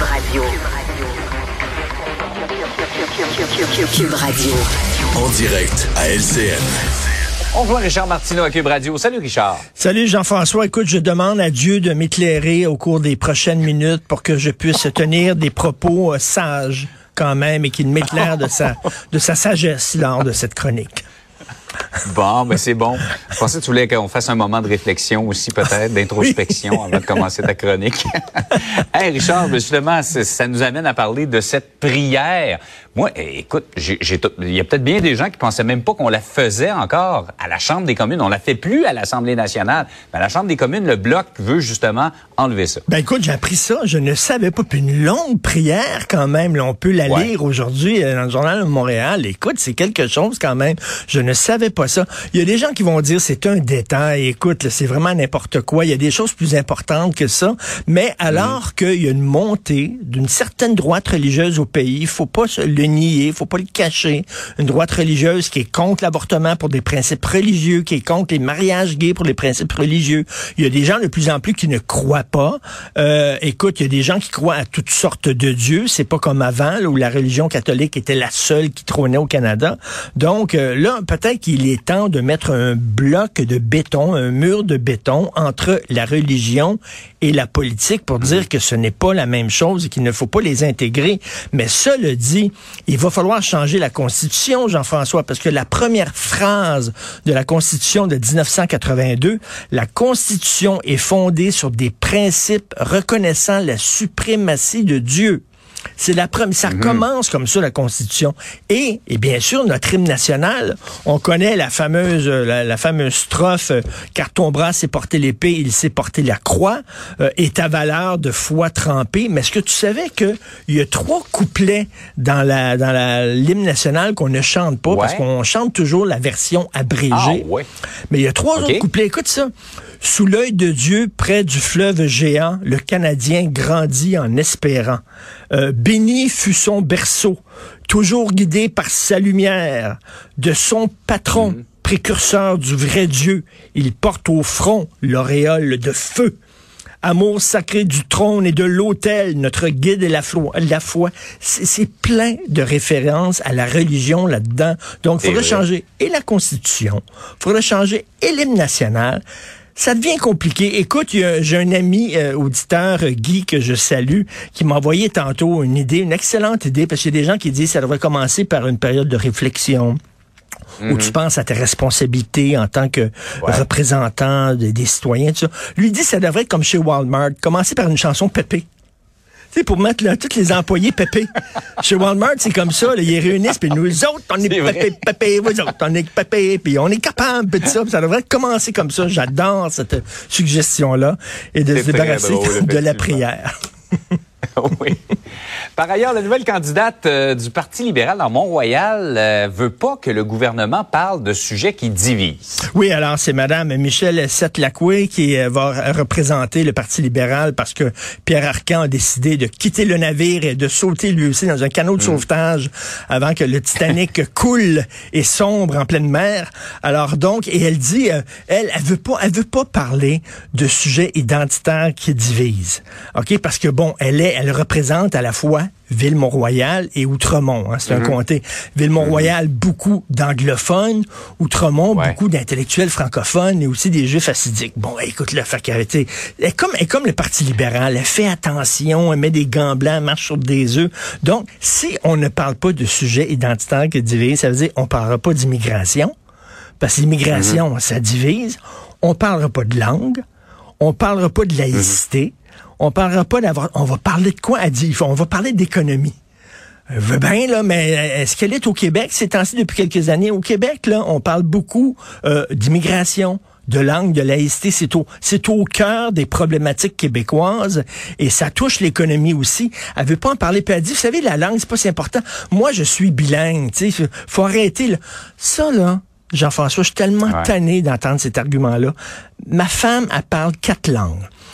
Radio. Cube Radio. En direct à LCN. On voit Richard Martineau à Cube Radio. Salut Richard. Salut Jean-François. Écoute, je demande à Dieu de m'éclairer au cours des prochaines minutes pour que je puisse tenir des propos sages quand même et qu'il m'éclaire de sa sagesse lors de cette chronique. Bon, ben c'est bon. Je pensais que tu voulais qu'on fasse un moment de réflexion aussi, peut-être, d'introspection avant de commencer ta chronique. Hey Richard, justement, ça nous amène à parler de cette prière. Moi, écoute, il y a peut-être bien des gens qui pensaient même pas qu'on la faisait encore à la Chambre des communes. On la fait plus à l'Assemblée nationale. Mais à la Chambre des communes, le Bloc veut justement enlever ça. Ben écoute, j'ai appris ça. Je ne savais pas. Puis une longue prière quand même. Là, on peut la lire aujourd'hui dans le Journal de Montréal. Écoute, c'est quelque chose quand même. Je ne savais pas ça. Il y a des gens qui vont dire c'est un détail. Écoute, là, c'est vraiment n'importe quoi. Il y a des choses plus importantes que ça. Mais alors qu'il y a une montée d'une certaine droite religieuse au pays, il faut pas le nier, il faut pas le cacher. Une droite religieuse qui est contre l'avortement pour des principes religieux, qui est contre les mariages gays pour les principes religieux. Il y a des gens de plus en plus qui ne croient pas. Écoute, il y a des gens qui croient à toutes sortes de dieux. C'est pas comme avant, là, où la religion catholique était la seule qui trônait au Canada. Donc là, peut-être qu'il est temps de mettre un bloc de béton, un mur de béton entre la religion et la politique pour dire que ce n'est pas la même chose et qu'il ne faut pas les intégrer. Mais cela dit, il va falloir changer la Constitution, Jean-François, parce que la première phrase de la Constitution de 1982, la Constitution est fondée sur des principes reconnaissant la suprématie de Dieu. C'est la première, ça commence comme ça, la Constitution. Et bien sûr, notre hymne national, on connaît la fameuse strophe « Car ton bras s'est porté l'épée, il s'est porté la croix, et ta valeur de foi trempée ». Mais est-ce que tu savais qu'il y a 3 couplets dans l'hymne national qu'on ne chante pas, parce qu'on chante toujours la version abrégée. Mais il y a 3 autres couplets, écoute ça. Sous l'œil de Dieu, près du fleuve géant, le Canadien grandit en espérant. Béni fut son berceau, toujours guidé par sa lumière. De son patron, précurseur du vrai Dieu, il porte au front l'auréole de feu. Amour sacré du trône et de l'autel, notre guide est la foi. C'est plein de références à la religion là-dedans. Donc, il faudrait changer et la Constitution, il faudrait changer et l'hymne national. Ça devient compliqué. Écoute, j'ai un ami auditeur, Guy, que je salue, qui m'a envoyé tantôt une excellente idée, parce qu'il y a des gens qui disent que ça devrait commencer par une période de réflexion, où tu penses à tes responsabilités en tant que représentant des citoyens, tout ça. Lui dit que ça devrait être comme chez Walmart, commencer par une chanson pépée. Tu sais, pour mettre là, tous les employés pépés. Chez Walmart, c'est comme ça, là, ils réunissent, puis nous autres, on est pépé, vous autres, on est pépé, puis on est capable, puis ça. Ça devrait commencer comme ça. J'adore cette suggestion-là, et de se débarrasser de la prière. Oui. Par ailleurs, la nouvelle candidate du Parti libéral dans Mont-Royal veut pas que le gouvernement parle de sujets qui divisent. Oui, alors c'est Madame Michèle Sette-Lacoué qui va représenter le Parti libéral parce que Pierre Arcan a décidé de quitter le navire et de sauter lui aussi dans un canot de sauvetage avant que le Titanic coule et sombre en pleine mer. Alors donc, et elle dit, elle veut pas parler de sujets identitaires qui divisent. OK? Parce que bon, elle représente à la fois Ville-Mont-Royal et Outremont. Hein, c'est un comté. Ville-Mont-Royal, beaucoup d'anglophones. Outremont, beaucoup d'intellectuels francophones et aussi des juifs hassidiques. Bon, écoute, là, elle est comme le Parti libéral. Elle fait attention, elle met des gants blancs, elle marche sur des œufs. Donc, si on ne parle pas de sujets identitaires qui divisent, ça veut dire qu'on ne parlera pas d'immigration. Parce que l'immigration, ça divise. On ne parlera pas de langue. On ne parlera pas de laïcité. On parlera pas on va parler de quoi à dire? On va parler d'économie. Veux bien, là, mais est-ce qu'elle est au Québec ces temps-ci depuis quelques années? Au Québec, là, on parle beaucoup d'immigration, de langue, de laïcité. C'est au cœur des problématiques québécoises et ça touche l'économie aussi. Elle veut pas en parler. Puis elle dit, vous savez, la langue, c'est pas si important. Moi, je suis bilingue, tu sais. Faut arrêter, là. Ça, là, Jean-François, je suis tellement tanné d'entendre cet argument-là. Ma femme, elle parle 4 langues.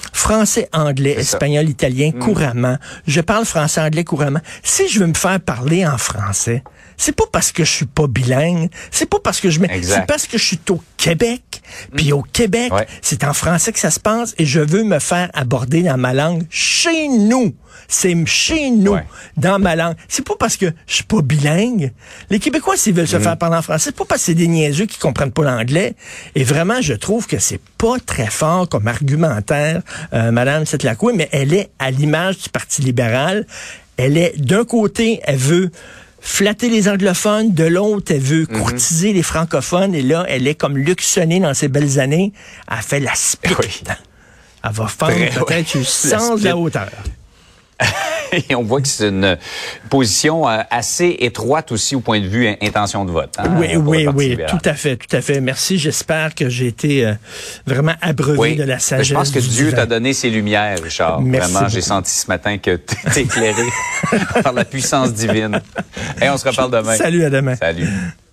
Français, anglais, espagnol, italien, couramment. Je parle français, anglais couramment. Si je veux me faire parler en français, c'est pas parce que je suis pas bilingue, c'est pas parce que c'est parce que je suis au Québec. Puis au Québec, c'est en français que ça se passe et je veux me faire aborder dans ma langue chez nous. C'est chez nous, dans ma langue. C'est pas parce que je suis pas bilingue. Les Québécois, s'ils veulent se faire parler en français, c'est pas parce que c'est des niaiseux qui comprennent pas l'anglais. Et vraiment, je trouve que c'est pas très fort comme argumentaire, Madame Setlakoué, mais elle est à l'image du Parti libéral. Elle est, d'un côté, elle veut flatter les anglophones, de l'autre, elle veut courtiser les francophones, et là, elle est comme Luc Sonnet dans ses belles années. Elle fait la split. Elle va faire peut-être le sens de la hauteur. Et on voit que c'est une position assez étroite aussi au point de vue intention de vote. Hein, oui, tout à fait. Merci, j'espère que j'ai été vraiment abreuvé de la sagesse. Je pense que Dieu t'a donné ses lumières, Richard. Merci vraiment, beaucoup. j'ai senti ce matin que tu es éclairé par la puissance divine. Et on se reparle demain. Salut, à demain. Salut.